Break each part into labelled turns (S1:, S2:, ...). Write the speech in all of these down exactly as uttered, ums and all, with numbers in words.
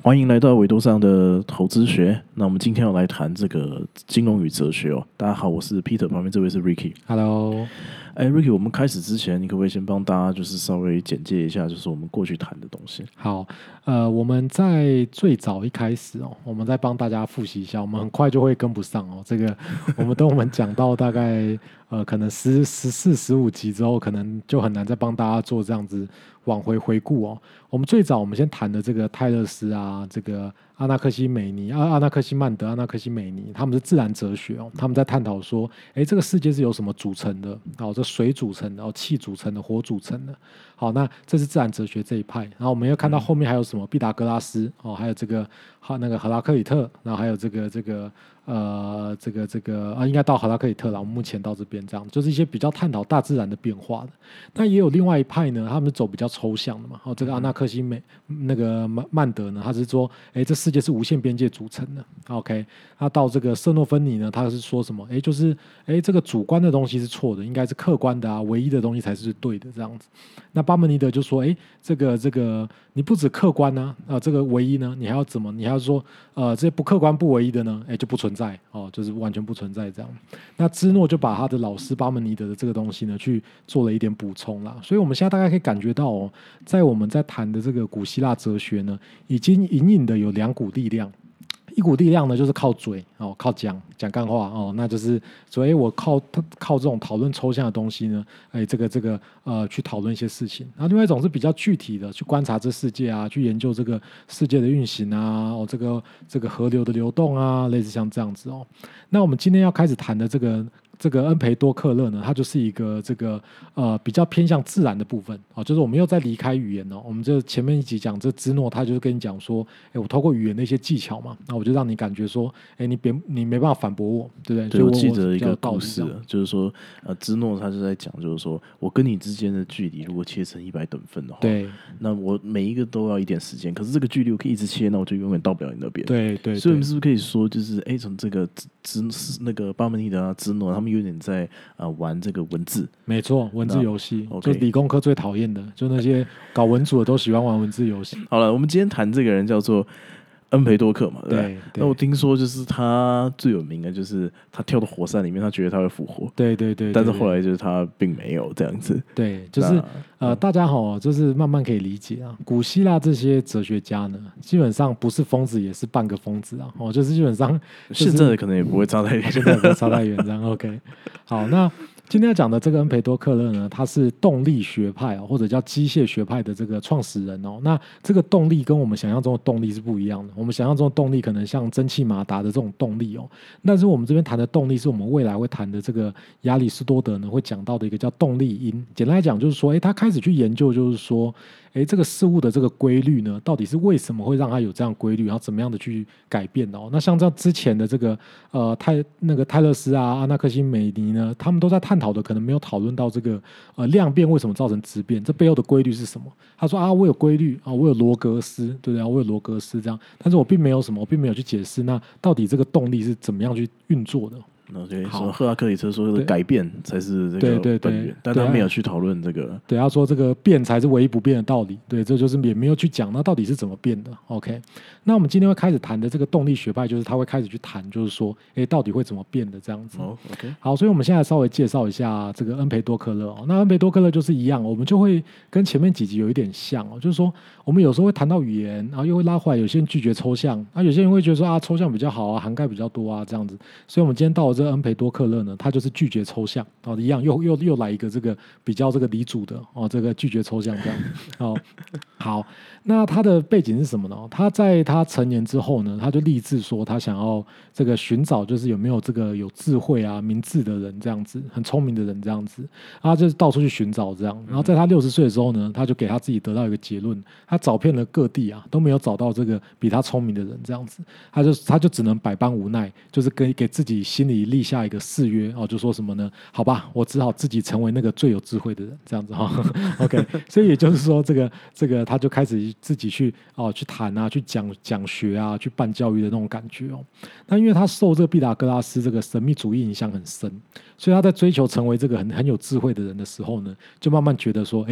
S1: 欢迎来到维多上的投资学。那我们今天要来谈这个金融与哲学哦。大家好，我是 Peter， 旁边这位是 Ricky。Hello， 哎 ，Ricky， 我们开始之前，你可不可以先帮大家就是稍微简介一下，就是我们过去谈的东西？
S2: 好，呃，我们在最早一开始哦，我们再帮大家复习一下，我们很快就会跟不上哦。这个，我们等我们讲到大概呃，可能十十四、十五集之后，可能就很难再帮大家做这样子往回回顾哦。我们最早我们先谈的这个泰勒斯啊，这个阿纳克西美尼、阿阿纳克西曼德、阿纳克西美尼，他们是自然哲学哦，他们在探讨说，哎，这个世界是由什么组成的？哦，这水组成的，哦，气组成的，火组成的。好，那这是自然哲学这一派。然后我们又看到后面还有什么毕达哥拉斯哦，还有这个哈那个赫拉克里特，然后还有这个这个呃这个这个啊，应该到赫拉克里特了。我们目前到这边这样，就是一些比较探讨大自然的变化的。那也有另外一派呢，他们走比较抽象的嘛。哦，这个阿纳克西美那个曼曼德呢，他是说，哎，这世界是无限边界组成的。OK， 那到这个瑟诺芬尼呢，他是说什么？哎，就是哎这个主观的东西是错的，应该是客观的啊，唯一的东西才是对的这样子。那巴门尼德就说：“哎，这个这个，你不止客观呢、啊，呃，这个唯一呢，你还要怎么？你还要说，呃，这些不客观、不唯一的呢，哎，就不存在哦，就是完全不存在这样。那芝诺就把他的老师巴门尼德的这个东西呢，去做了一点补充啦。所以我们现在大概可以感觉到哦，在我们在谈的这个古希腊哲学呢，已经隐隐的有两股力量。”一股力量呢，就是靠嘴哦，靠讲讲干话哦，那就是所以我靠靠这种讨论抽象的东西呢，哎，这个这个呃，去讨论一些事情。然后另外一种是比较具体的，去观察这世界啊，去研究这个世界的运行啊，哦，这个这个河流的流动啊，类似像这样子哦。那我们今天要开始谈的这个。这个恩培多克勒呢，它就是一个这个呃比较偏向自然的部分啊，就是我们又在离开语言哦。我们这前面一集讲这芝诺，他就是跟你讲说，哎，我透过语言的一些技巧嘛，那我就让你感觉说，哎，你别你没办法反驳我，对不对？
S1: 对，我记得一个故事，就是说，呃，芝诺他就在讲，就是说我跟你之间的距离如果切成一百等份的话，
S2: 对，
S1: 那我每一个都要一点时间，可是这个距离我可以一直切，那我就永远到不了你那边。
S2: 对 对, 对，
S1: 所以我们是不是可以说，就是哎，从这个芝那个巴门尼德啊、芝诺他们有点在。呃，玩这个文字，
S2: 没错，文字游戏，
S1: okay
S2: 就理工科最讨厌的，就那些搞文组的都喜欢玩文字游戏。
S1: 好了，我们今天谈这个人叫做恩培多克嘛，对不 对,
S2: 对, 对？
S1: 那我听说就是他最有名的就是他跳到火山里面，他觉得他会复活，
S2: 对对 对, 对, 对。
S1: 但是后来就是他并没有这样子。
S2: 对，就是呃，大家好，就是慢慢可以理解啊。古希腊这些哲学家呢，基本上不是疯子也是半个疯子啊。哦，就是基本上、就是、
S1: 现在可能也不会差太远，
S2: 现在不会差太远这样。OK， 好，那。今天要讲的这个恩培多克勒呢，他是动力学派哦，或者叫机械学派的这个创始人哦。那这个动力跟我们想象中的动力是不一样的。我们想象中的动力可能像蒸汽马达的这种动力哦，但是我们这边谈的动力是我们未来会谈的这个亚里士多德呢会讲到的一个叫动力因。简单来讲就是说，哎，他开始去研究，就是说，哎，这个事物的这个规律呢，到底是为什么会让它有这样规律，然后怎么样的去改变哦？那像这样之前的这个呃泰那个泰勒斯啊、阿纳克西美尼呢，他们都在探讨的，可能没有讨论到这个呃量变为什么造成质变，这背后的规律是什么？他说啊，我有规律啊，我有罗格斯，对不对？我有罗格斯这样，但是我并没有什么，我并没有去解释，那到底这个动力是怎么样去运作的？
S1: OK， 说赫拉克里特说的改变才是这个本源，但他没有去讨论这个。
S2: 对，他说这个变才是唯一不变的道理。对，这就是也没有去讲那到底是怎么变的。OK， 那我们今天会开始谈的这个动力学派，就是他会开始去谈，就是说，哎，到底会怎么变的这样子。
S1: 哦 ，OK，
S2: 好，所以我们现在稍微介绍一下这个恩培多克勒哦。那恩培多克勒就是一样，我们就会跟前面几集有一点像哦，就是说我们有时候会谈到语言，然后又会拉回来，有些人拒绝抽象，啊，有些人会觉得说啊，抽象比较好啊，涵盖比较多啊，这样子。所以我们今天到了这个恩培多克勒。他就是拒绝抽象哦，一样又又又来一个这个比较这个理主的哦，这个拒绝抽象这样哦。好，那他的背景是什么呢？他在他成年之后呢，他就立志说他想要这个寻找，就是有没有这个有智慧啊、明智的人这样子，很聪明的人这样子，他就是到处去寻找这样。然后在他六十岁的时候呢，他就给他自己得到一个结论，他找遍了各地啊，都没有找到这个比他聪明的人这样子，他就他就只能百般无奈，就是给给自己心里立下一个誓约哦，就说什么呢？好吧，我只好自己成为那个最有智慧的人，这样子哈、哦。OK， 所以也就是说，这个这个他就开始自己去哦去谈啊，去讲讲学啊，去办教育的那种感觉哦。那因为他受这个毕达哥拉斯这个神秘主义影响很深，所以他在追求成为这个很很有智慧的人的时候呢，就慢慢觉得说，哎。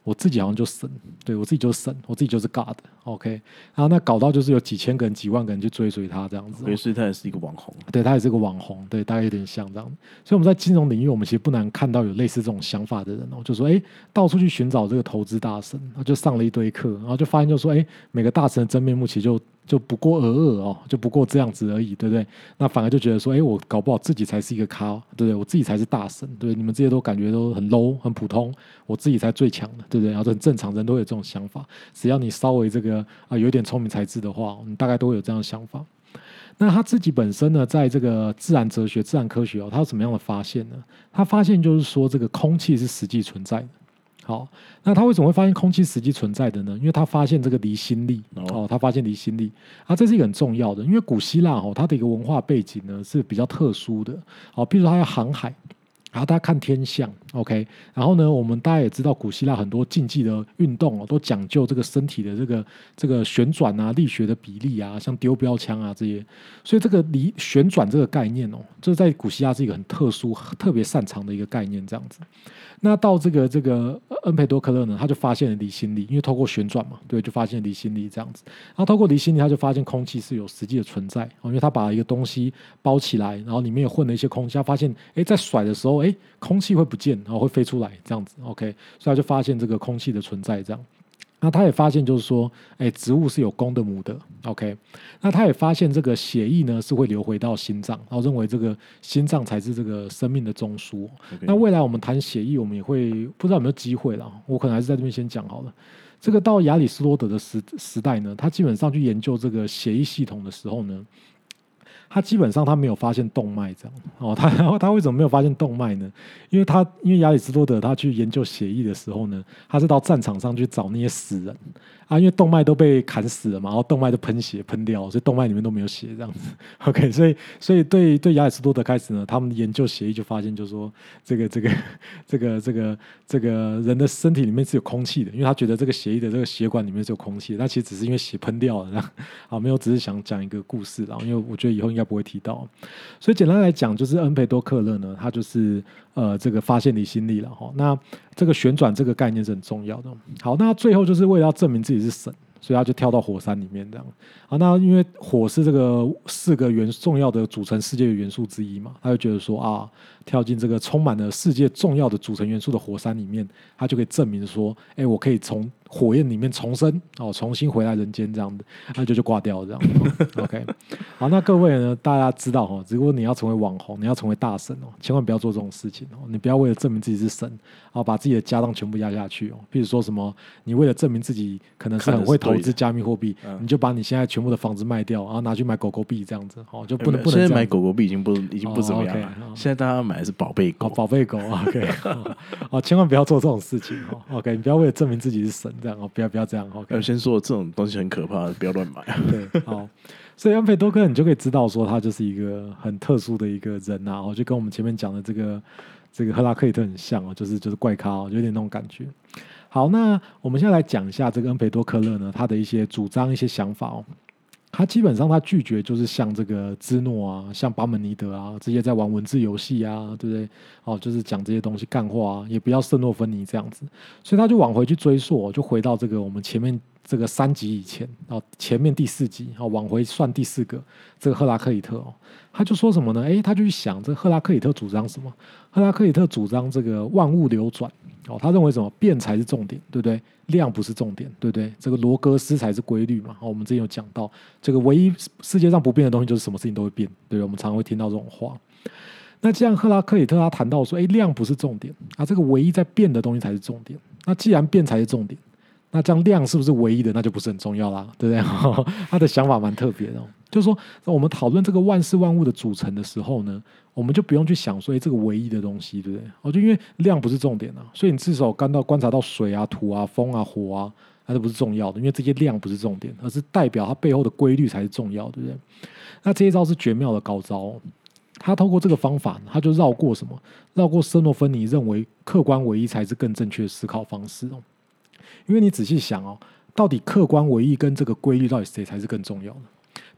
S2: 我自己好像就神，对我自己就是神，我自己就是 God，OK，、okay? 然后那搞到就是有几千个人、几万个人去追随他这样子，
S1: 所以他也是一个网红，
S2: 对他也是个网红，对，大概有点像这样。所以我们在金融领域，我们其实不难看到有类似这种想法的人哦，就说哎，到处去寻找这个投资大神，然后就上了一堆课，然后就发现就说哎，每个大神的真面目其实就就不过尔尔哦，就不过这样子而已，对不对？那反而就觉得说，哎，我搞不好自己才是一个咖，对不对？我自己才是大神，对不对？你们这些都感觉都很 low 很普通，我自己才最强的，对不对？然后很正常，人都会有这种想法，只要你稍微这个啊、呃、有点聪明才智的话，你大概都会有这样的想法。那他自己本身呢，在这个自然哲学、自然科学哦，他有什么样的发现呢？他发现就是说，这个空气是实际存在的。好，那他为什么会发现空气实际存在的呢？因为他发现这个离心力哦，他发现离心力啊，这是一个很重要的。因为古希腊哦，它的一个文化背景呢是比较特殊的。好，比如说它要航海。然后大家看天象 ，OK， 然后呢，我们大家也知道，古希腊很多竞技的运动哦，都讲究这个身体的这个这个旋转啊、力学的比例啊，像丢标枪啊这些，所以这个离旋转这个概念哦，这在古希腊是一个很特殊、特别擅长的一个概念，这样子。那到这个这个恩培多克勒呢，他就发现了离心力，因为透过旋转嘛，对，就发现离心力这样子。然后透过离心力，他就发现空气是有实际的存在，因为他把一个东西包起来，然后里面有混了一些空气，他发现，哎，在甩的时候，哎，空气会不见，然后会飞出来，这样子 ，OK， 所以他就发现这个空气的存在，这样。那他也发现就是说，哎，植物是有公的母的 ，OK。那他也发现这个血液呢是会流回到心脏，然后认为这个心脏才是这个生命的中枢。Okay. 那未来我们谈血液，我们也会不知道有没有机会啦，我可能还是在这边先讲好了。这个到亚里士多德的时时代呢，他基本上去研究这个血液系统的时候呢。他基本上他没有发现动脉这样哦，他他为什么没有发现动脉呢？因为他因为亚里士多德他去研究血液的时候呢，他是到战场上去找那些死人啊，因为动脉都被砍死了嘛，然后动脉都喷血喷掉，所以动脉里面都没有血这样子。OK， 所以所以对对亚里士多德开始呢，他们研究血液就发现，就说这个这个这个这个这个人的身体里面是有空气的，因为他觉得这个血液的这个血管里面是有空气的，那其实只是因为血喷掉了这样啊，没有，只是想讲一个故事啦，因为我觉得以后应该不会提到，所以简单来讲，就是恩培多克勒呢，他就是呃这个发现离心力了哈。那这个旋转这个概念是很重要的。好，那最后就是为了要证明自己是神，所以他就跳到火山里面这样。好，那因为火是这个四个元重要的组成世界的元素之一嘛，他就觉得说啊，跳进这个充满了世界重要的组成元素的火山里面，他就可以证明说，哎，我可以从火焰里面重生哦，重新回来人间这样的，那就就挂掉了这样。OK， 好，那各位呢，大家知道哈，如果你要成为网红，你要成为大神哦，千万不要做这种事情哦，你不要为了证明自己是神，然后把自己的家当全部压下去哦。譬如说什么，你为了证明自己可能是很会投资加密货币，你就把你现在全部的房子卖掉，然后拿去买狗狗币这样子，哦，就不能不能这样。
S1: 现在买狗狗币已经不已经不怎么样了，哦 okay, 现在大家买的是宝贝狗，
S2: 哦，宝贝狗 ，OK， 哦, 哦，千万不要做这种事情哦 ，OK， 你不要为了证明自己是神这样哦，不要不要这样 ，OK。
S1: 先说这种东西很可怕，不要乱买。
S2: 对，好，所以恩培多克你就可以知道说他就是一个很特殊的一个人啊，哦，就跟我们前面讲的这个这个赫拉克利特很像哦，就是就是怪咖哦，有点那种感觉。好，那我们现在来讲一下这个恩培多克勒呢，他的一些主张、一些想法哦。他基本上他拒绝就是像这个芝诺啊，像巴门尼德啊这些在玩文字游戏啊，对不对？哦，就是讲这些东西干话啊，也不要圣诺芬尼这样子，所以他就往回去追溯、哦，就回到这个我们前面这个三集以前哦，前面第四集哦，往回算第四个这个赫拉克里特哦，他就说什么呢？诶，他就去想这个赫拉克里特主张什么？赫拉克里特主张这个万物流转哦，他认为什么变才是重点，对不对？量不是重点，对不对？这个罗格斯才是规律嘛。哦，我们之前有讲到，这个唯一世界上不变的东西就是什么事情都会变，对不对？我们常常会听到这种话。那既然赫拉克里特他谈到说，哎，量不是重点啊，这个唯一在变的东西才是重点。那既然变才是重点，那这样量是不是唯一的？那就不是很重要啦，对不对？他的想法蛮特别的、哦，就是说，我们讨论这个万事万物的组成的时候呢，我们就不用去想说，哎，这个唯一的东西，对不对？哦，就因为量不是重点啊，所以你至少看到观察到水啊、土啊、风啊、火啊，那都不是重要的，因为这些量不是重点，而是代表它背后的规律才是重要的，对不对？那这一招是绝妙的高招、哦。他透过这个方法，他就绕过什么？绕过瑟诺芬尼认为客观唯一才是更正确的思考方式哦。因为你仔细想哦，到底客观唯一跟这个规律到底谁才是更重要的？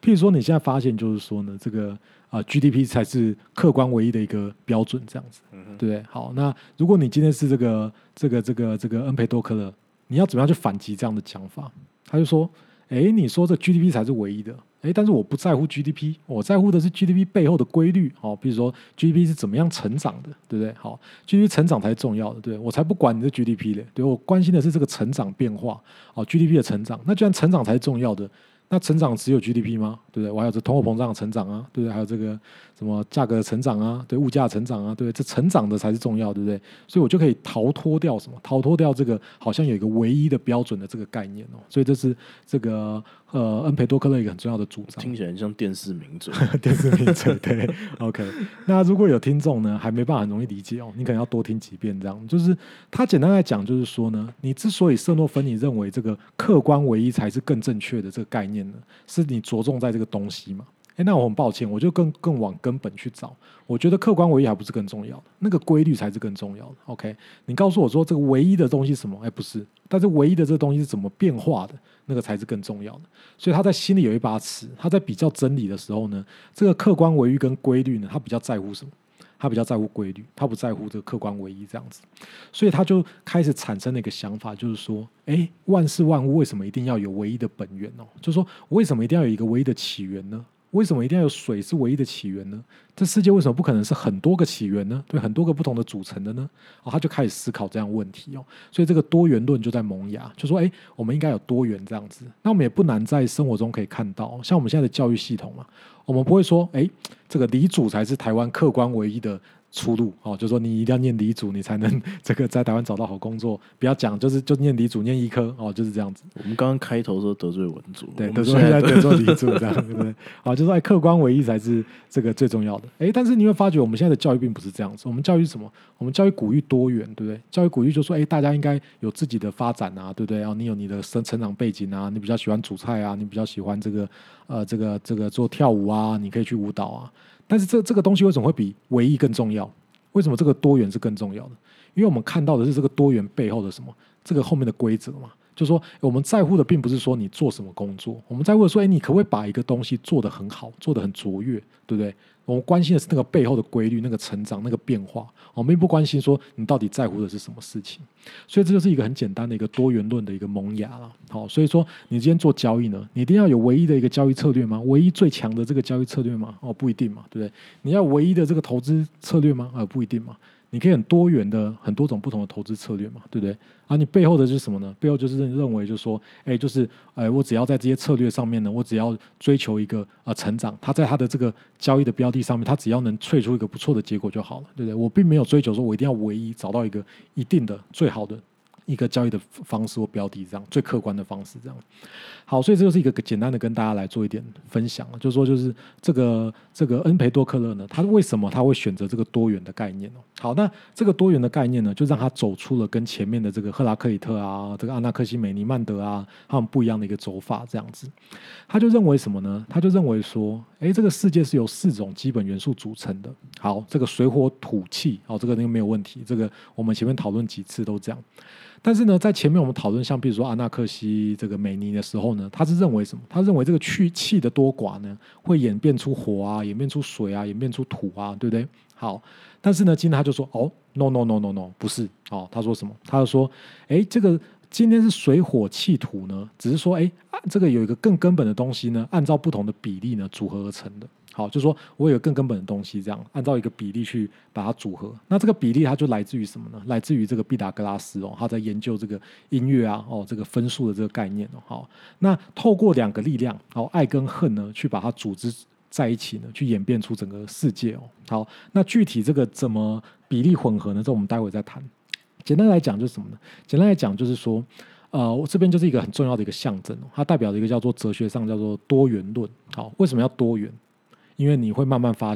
S2: 譬如说你现在发现就是说呢，这个呃 G D P 才是客观唯一的一个标准，这样子，嗯、对不对？好，那如果你今天是这个这个这个这个恩培多克勒，你要怎么样去反击这样的讲法？他就说，哎，你说这 G D P 才是唯一的。哎，但是我不在乎 G D P， 我在乎的是 G D P 背后的规律。好、哦，比如说 G D P 是怎么样成长的，对不对？好 ，G D P 成长才是重要的，对我才不管你的 G D P 嘞，对我关心的是这个成长变化。哦 ，G D P 的成长，那既然成长才是重要的，那成长只有 G D P 吗？对不对？我还有这通货膨胀的成长啊，对不对？还有这个什么价格的成长啊，对，物价的成长啊，对不对？这成长的才是重要，对不对？所以我就可以逃脱掉什么？逃脱掉这个好像有一个唯一的标准的这个概念哦。所以这是这个呃恩培多克勒一个很重要的主张。
S1: 听起来很像电视名嘴，
S2: 电视名嘴对。OK， 那如果有听众呢还没办法很容易理解哦，你可能要多听几遍这样。就是他简单来讲，就是说呢，你之所以瑟诺芬尼认为这个客观唯一才是更正确的这个概念呢，是你着重在这个东西嘛？哎，那我很抱歉，我就更更往根本去找。我觉得客观唯一还不是更重要的，那个规律才是更重要的。OK， 你告诉我说这个唯一的东西是什么？哎，不是，但是唯一的这个东西是怎么变化的，那个才是更重要的。所以他在心里有一把尺，他在比较真理的时候呢，这个客观唯一跟规律呢，他比较在乎什么？他比较在乎规律，他不在乎这个客观唯一这样子。所以他就开始产生了一个想法，就是说，哎，万事万物为什么一定要有唯一的本源哦？就是说，为什么一定要有一个唯一的起源呢？为什么一定要有水是唯一的起源呢？这世界为什么不可能是很多个起源呢？对，很多个不同的组成的呢？哦，他就开始思考这样的问题哦。所以这个多元论就在萌芽，就说，哎，我们应该有多元这样子。那我们也不难在生活中可以看到，像我们现在的教育系统嘛，我们不会说，哎，这个理组才是台湾客观唯一的出路哦，就是说你一定要念理组，你才能这个在台湾找到好工作。不要讲，就是就念理组，念医科哦，就是这样子。
S1: 我们刚刚开头说得罪文组，
S2: 对，得罪现在得罪理组这样，对不对？啊，就是说客观唯一才是这个最重要的。哎，但是你会发觉，我们现在的教育并不是这样子。我们教育是什么？我们教育鼓励多元，对不对？教育鼓励就说，哎，大家应该有自己的发展啊，对不对？然后你有你的生成长背景啊，你比较喜欢煮菜啊，你比较喜欢这个呃这个这个做跳舞啊，你可以去舞蹈啊。但是这这个东西为什么会比唯一更重要？为什么这个多元是更重要的？因为我们看到的是这个多元背后的什么？这个后面的规则嘛。就是说我们在乎的并不是说你做什么工作，我们在乎的说，哎，你可不可以把一个东西做得很好，做得很卓越，对不对？我们关心的是那个背后的规律，那个成长，那个变化。我们并不关心说你到底在乎的是什么事情。所以这就是一个很简单的一个多元论的一个萌芽了。好，所以说你今天做交易呢，你一定要有唯一的一个交易策略吗？唯一最强的这个交易策略吗？哦，不一定嘛，对不对？你要唯一的这个投资策略吗？呃，不一定嘛。你可以很多元的很多种不同的投资策略嘛，对不对？啊，你背后的是什么呢？背后就是认为就是说，哎，就是哎，我只要在这些策略上面呢，我只要追求一个呃成长，他在他的这个交易的标的上面，他只要能萃出一个不错的结果就好了，对不对？我并没有追求说我一定要唯一找到一个一定的最好的一个交易的方式或标的，这样最客观的方式，这样。好，所以这就是一个简单的跟大家来做一点分享，就是说，就是这个这个恩培多克勒呢，他为什么他会选择这个多元的概念哦？好，那这个多元的概念呢，就让他走出了跟前面的这个赫拉克里特啊，这个阿纳克西美尼曼德啊，他们不一样的一个走法，这样子。他就认为什么呢？他就认为说，哎，这个世界是由四种基本元素组成的。好，这个水火土气，好，这个那个没有问题，这个我们前面讨论几次都这样。但是呢，在前面我们讨论像比如说阿纳克西这个美尼的时候呢，他是认为什么？他认为这个去气的多寡呢，会演变出火啊，演变出水啊，演变出土啊，对不对？好，但是呢，今天他就说，哦 ，no no no no no， 不是，哦，他说什么？他就说，哎，这个今天是水火气土呢，只是说，哎，这个有一个更根本的东西呢，按照不同的比例呢组合而成的。好，就是说我有更根本的东西，这样按照一个比例去把它组合。那这个比例它就来自于什么呢？来自于这个毕达哥拉斯哦，他在研究这个音乐啊，哦，这个分数的这个概念哦。好，那透过两个力量，哦，爱跟恨呢，去把它组织在一起呢，去演变出整个世界哦。好，那具体这个怎么比例混合呢？这我们待会再谈。简单来讲就是什么呢？简单来讲就是说，呃，我这边就是一个很重要的一个象征哦，它代表的一个叫做哲学上叫做多元论。好，为什么要多元？因为你会慢慢发现，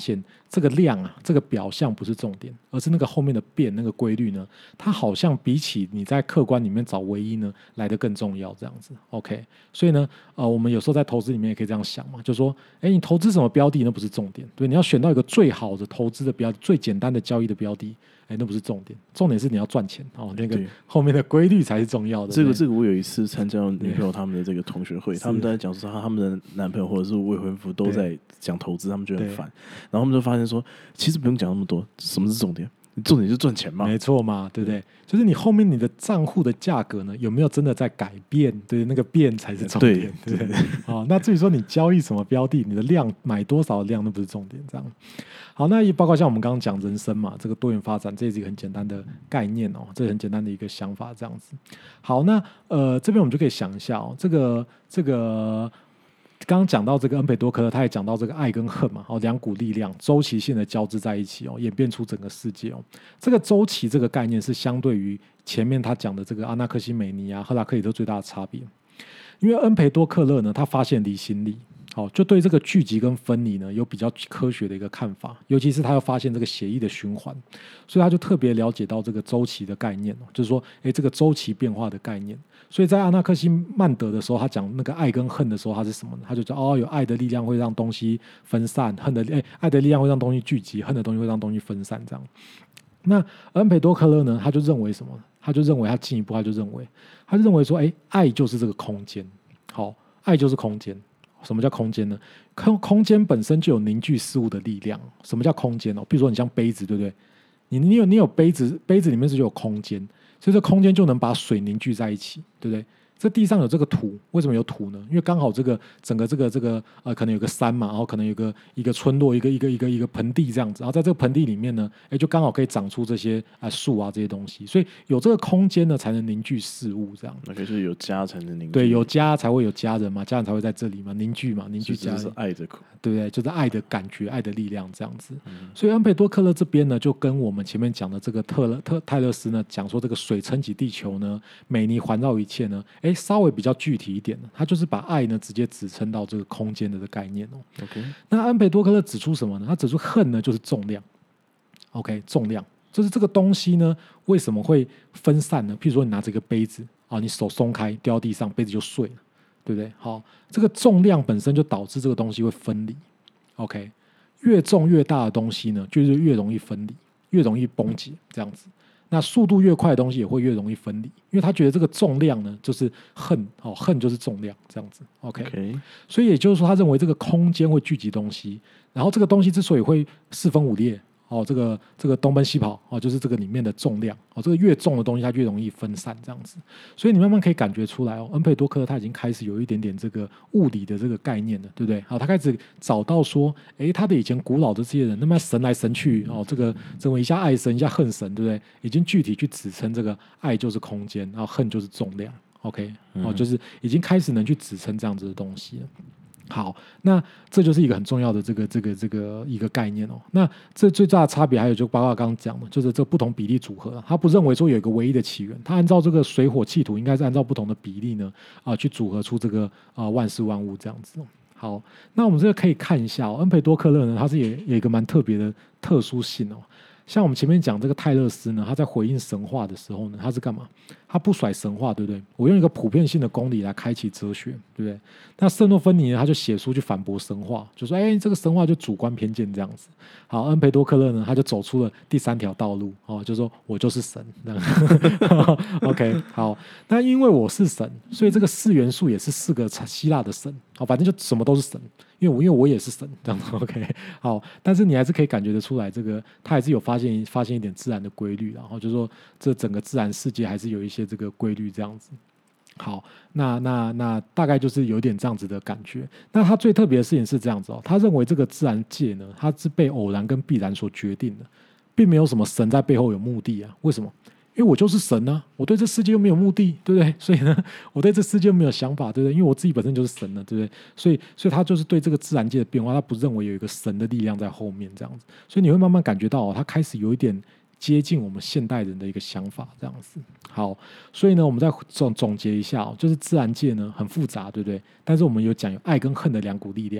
S2: 这个量啊，这个表象不是重点，而是那个后面的变那个规律呢，它好像比起你在客观里面找唯一呢来得更重要，这样子。OK， 所以呢，呃，我们有时候在投资里面也可以这样想嘛，就说，哎，你投资什么标的那不是重点，对，你要选到一个最好的投资的标的，最简单的交易的标的。哎，那不是重点，重点是你要赚钱哦。那个后面的规律才是重要的。
S1: 这个这个，我有一次参加女朋友他们的这个同学会，他们都在讲说，他们的男朋友或者是未婚夫都在讲投资，他们就很烦。然后他们就发现说，其实不用讲那么多，什么是重点？重点就是赚钱嘛，
S2: 没错嘛，对不对？就是你后面你的账户的价格呢，有没有真的在改变？对，那个变才是重点，对不对？好，那至于说你交易什么标的，你的量买多少量，那不是重点，这样。好，那也包括像我们刚刚讲人生嘛，这个多元发展，这也是一个很简单的概念哦，这是很简单的一个想法，这样子。好，那呃这边我们就可以想一下哦，这个这个。刚刚讲到这个恩培多克勒，他也讲到这个爱跟恨嘛，哦，两股力量周期性的交织在一起哦，演变出整个世界哦。这个周期这个概念是相对于前面他讲的这个阿纳克西美尼啊、赫拉克里特最大的差别，因为恩培多克勒呢，他发现离心力。好，就对这个聚集跟分离呢有比较科学的一个看法，尤其是他要发现这个血液的循环，所以他就特别了解到这个周期的概念，就是说，哎，这个周期变化的概念。所以在阿纳克西曼德的时候，他讲那个爱跟恨的时候，他是什么呢？他就讲哦，有爱的力量会让东西分散，恨的哎，爱的力量会让东西聚集，恨的东西会让东西分散，这样。那恩培多克勒呢，他就认为什么？他就认为他进一步他就认为，他就认为说，哎，爱就是这个空间，好，爱就是空间。什么叫空间呢？空空间本身就有凝聚事物的力量。什么叫空间哦？比如说你像杯子，对不对？你你有你有杯子，杯子里面是有空间，所以这空间就能把水凝聚在一起，对不对？这地上有这个土，为什么有土呢？因为刚好这个整个这个这个呃，可能有个山嘛，然后可能有个一个村落，一个一个一个一个盆地这样子，然后在这个盆地里面呢，哎，就刚好可以长出这些啊树啊这些东西，所以有这个空间呢，才能凝聚事物这样。
S1: 那可是有家才能凝聚，
S2: 对，有家才会有家人嘛，家人才会在这里嘛，凝聚嘛，凝聚家人
S1: 是爱的，
S2: 对不对？就是爱的感觉，爱的力量这样子。嗯、所以恩培多克勒这边呢，就跟我们前面讲的这个特勒特泰勒斯呢，讲说这个水撑起地球呢，美尼环绕一切呢，哎，稍微比较具体一点的，他就是把爱呢直接指称到这个空间的概念哦。
S1: OK，
S2: 那恩培多克勒指出什么呢？他指出恨呢就是重量。OK， 重量就是这个东西呢为什么会分散呢？譬如说你拿这个杯子啊，你手松开掉地上，杯子就碎了。对不对？好，这个重量本身就导致这个东西会分离。OK， 越重越大的东西呢，就是越容易分离，越容易崩解，这样子。那速度越快的东西也会越容易分离，因为他觉得这个重量呢，就是恨，哦，恨就是重量，这样子。OK，, okay. 所以也就是说，他认为这个空间会聚集东西，然后这个东西之所以会四分五裂。哦，这个这个东奔西跑哦，就是这个里面的重量哦，这个越重的东西它越容易分散这样子，所以你慢慢可以感觉出来哦，恩培多克勒他已经开始有一点点这个物理的这个概念了，对不对？好，他开始找到说，哎，他的以前古老的这些人，那么神来神去哦，这个这么一下爱神一下恨神，对不对？已经具体去指称这个爱就是空间，然后恨就是重量 ，OK， 哦，就是已经开始能去指称这样子的东西了。好，那这就是一个很重要的这个这个这个一个概念哦。那这最大的差别还有就包括刚刚讲的，就是这不同比例组合，他不认为说有一个唯一的起源，他按照这个水火气土，应该是按照不同的比例呢啊、呃、去组合出这个啊、呃、万事万物这样子。好，那我们这个可以看一下、哦，恩培多克勒呢，它是也有一个蛮特别的特殊性哦。像我们前面讲这个泰勒斯呢，他在回应神话的时候呢，他是干嘛？他不甩神话，对不对？我用一个普遍性的公理来开启哲学，对不对？那圣诺芬尼呢，他就写书去反驳神话，就说：哎，这个神话就主观偏见这样子。好，恩培多克勒呢，他就走出了第三条道路，哦，就说我就是神这样。OK， 好，那因为我是神，所以这个四元素也是四个希腊的神，好，反正就什么都是神。因为我因为我也是神，这样子 OK 好，但是你还是可以感觉得出来，这个他还是有发现发现一点自然的规律，然后就是说这整个自然世界还是有一些这个规律这样子。好，那那那大概就是有点这样子的感觉。那他最特别的事情是这样子哦，他认为这个自然界呢，它是被偶然跟必然所决定的，并没有什么神在背后有目的啊？为什么？因为我就是神啊，我对这世界又没有目的，对不对？所以呢，我对这世界又没有想法，对不对？因为我自己本身就是神了，对不对？所以，所以他就是对这个自然界的变化，他不认为有一个神的力量在后面这样子。所以你会慢慢感觉到、哦，他开始有一点接近我们现代人的一个想法这样子。好，所以呢，我们再总总结一下、哦，就是自然界呢很复杂，对不对？但是我们有讲有爱跟恨的两股力量。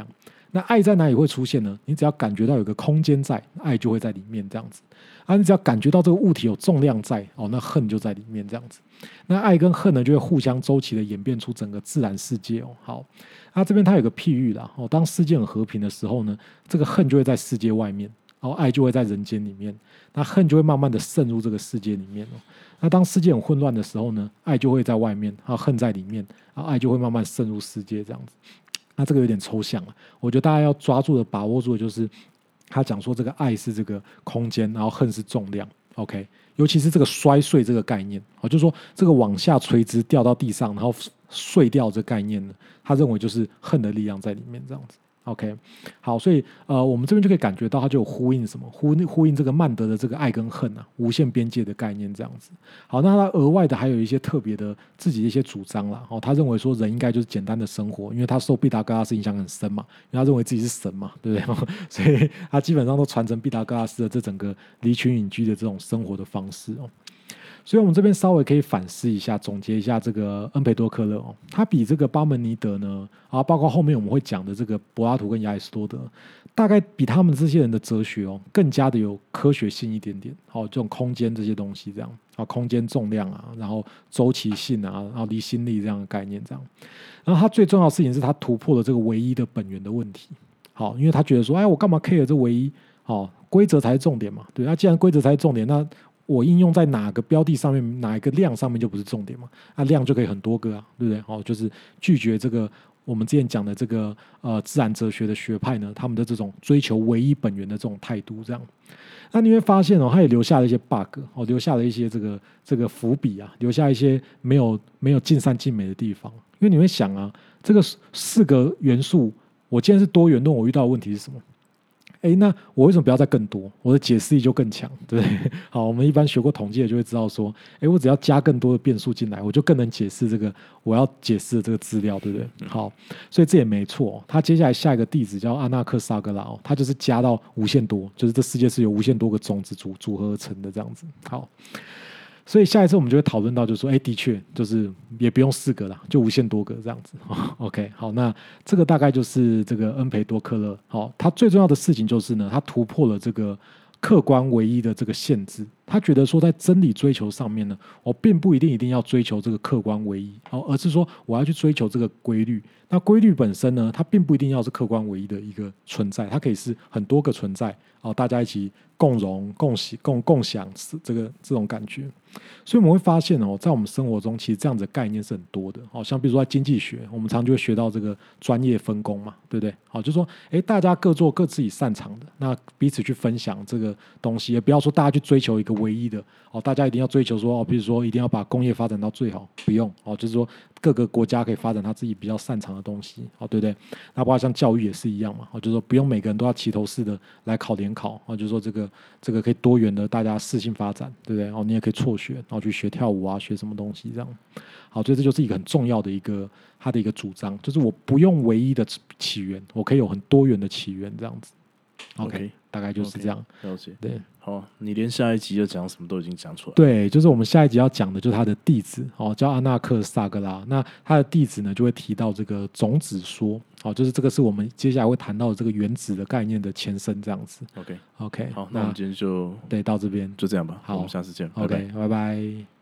S2: 那爱在哪里会出现呢？你只要感觉到有个空间在，爱就会在里面这样子。啊，你只要感觉到这个物体有重量在，哦，那恨就在里面这样子。那爱跟恨呢，就会互相周期的演变出整个自然世界哦。好，那这边它有个譬喻啦，哦，当世界很和平的时候呢，这个恨就会在世界外面，然后爱就会在人间里面，那恨就会慢慢的渗入这个世界里面哦。那当世界很混乱的时候呢，爱就会在外面，然后恨在里面，然后爱就会慢慢渗入世界这样子。那这个有点抽象了，我觉得大家要抓住的、把握住的就是他讲说这个爱是这个空间，然后恨是重量。OK， 尤其是这个摔碎这个概念，哦，就是说这个往下垂直掉到地上，然后碎掉这个概念呢，他认为就是恨的力量在里面这样子。OK， 好，所以呃，我们这边就可以感觉到它就有呼应什么，呼呼应这个曼德的这个爱跟恨啊，无限边界的概念这样子。好，那他额外的还有一些特别的自己的一些主张啦。哦，他认为说人应该就是简单的生活，因为他受毕达哥拉斯影响很深嘛，因为他认为自己是神嘛，对不对？所以他基本上都传承毕达哥拉斯的这整个离群隐居的这种生活的方式哦。所以我们这边稍微可以反思一下，总结一下这个恩培多克勒哦，他比这个巴门尼德呢，啊，包括后面我们会讲的这个柏拉图跟亚里士多德，大概比他们这些人的哲学哦，更加的有科学性一点点。好，这种空间这些东西这样啊，空间重量啊，然后周期性啊，然后离心力这样的概念这样。然后他最重要的事情是他突破了这个唯一的本源的问题。好，因为他觉得说，哎，我干嘛 care 这唯一？好，规则才是重点嘛。对，那既然规则才是重点，那我应用在哪个标的上面，哪一个量上面就不是重点嘛？那量就可以很多个啊，对不对？哦，就是拒绝这个我们之前讲的这个呃自然哲学的学派呢，他们的这种追求唯一本源的这种态度，这样。那你会发现哦，他也留下了一些 bug 哦，留下了一些这个这个伏笔啊，留下一些没有没有尽善尽美的地方。因为你会想啊，这个四个元素，我既然是多元论，我遇到的问题是什么？哎，那我为什么不要再更多？我的解释力就更强，对不对？好，我们一般学过统计的就会知道说，哎，我只要加更多的变数进来，我就更能解释这个我要解释的这个资料，对不对？好，所以这也没错。他接下来下一个弟子叫阿纳克萨格拉，他就是加到无限多，就是这世界是由无限多个种子组组合而成的这样子。好。所以下一次我们就会讨论到，就是说，哎，的确，就是也不用四个啦，就无限多个这样子。OK， 好，那这个大概就是这个恩培多克勒。好，他最重要的事情就是呢，他突破了这个客观唯一的这个限制。他觉得说，在真理追求上面呢，我并不一定一定要追求这个客观唯一，哦，而是说我要去追求这个规律。那规律本身呢，它并不一定要是客观唯一的一个存在，它可以是很多个存在，哦，大家一起共荣、共喜、共共享这个这种感觉。所以我们会发现哦，在我们生活中，其实这样子的概念是很多的。好，像比如说在经济学，我们常常就会学到这个专业分工嘛，对不对？好，就是说，哎，大家各做各自己擅长的，那彼此去分享这个东西，也不要说大家去追求一个唯一的。哦，大家一定要追求说，哦，比如说一定要把工业发展到最好，不用哦，就是说各个国家可以发展他自己比较擅长的东西，哦，对不对？那包括像教育也是一样嘛，哦，就是说不用每个人都要齐头式的来考联考，哦，就是说这个这个可以多元的大家适性发展，对不对？哦，你也可以辍学，然后去学跳舞啊，学什么东西这样。好，所以这就是一个很重要的一个他的一个主张，就是我不用唯一的起源，我可以有很多元的起源这样子。OK，, okay 大概就是这样。
S1: Okay, 了解。
S2: 对，
S1: 好，你连下一集要讲什么都已经讲出来了。
S2: 对，就是我们下一集要讲的，就是他的弟子哦，叫阿纳克萨格拉。那他的弟子呢，就会提到这个种子说，哦，就是这个是我们接下来会谈到的这个原子的概念的前身，这样子。
S1: OK，OK，、
S2: okay,
S1: 好，那我们今天就
S2: 对到这边
S1: 就这样吧。
S2: 好，
S1: 我们下次见。
S2: OK，拜拜。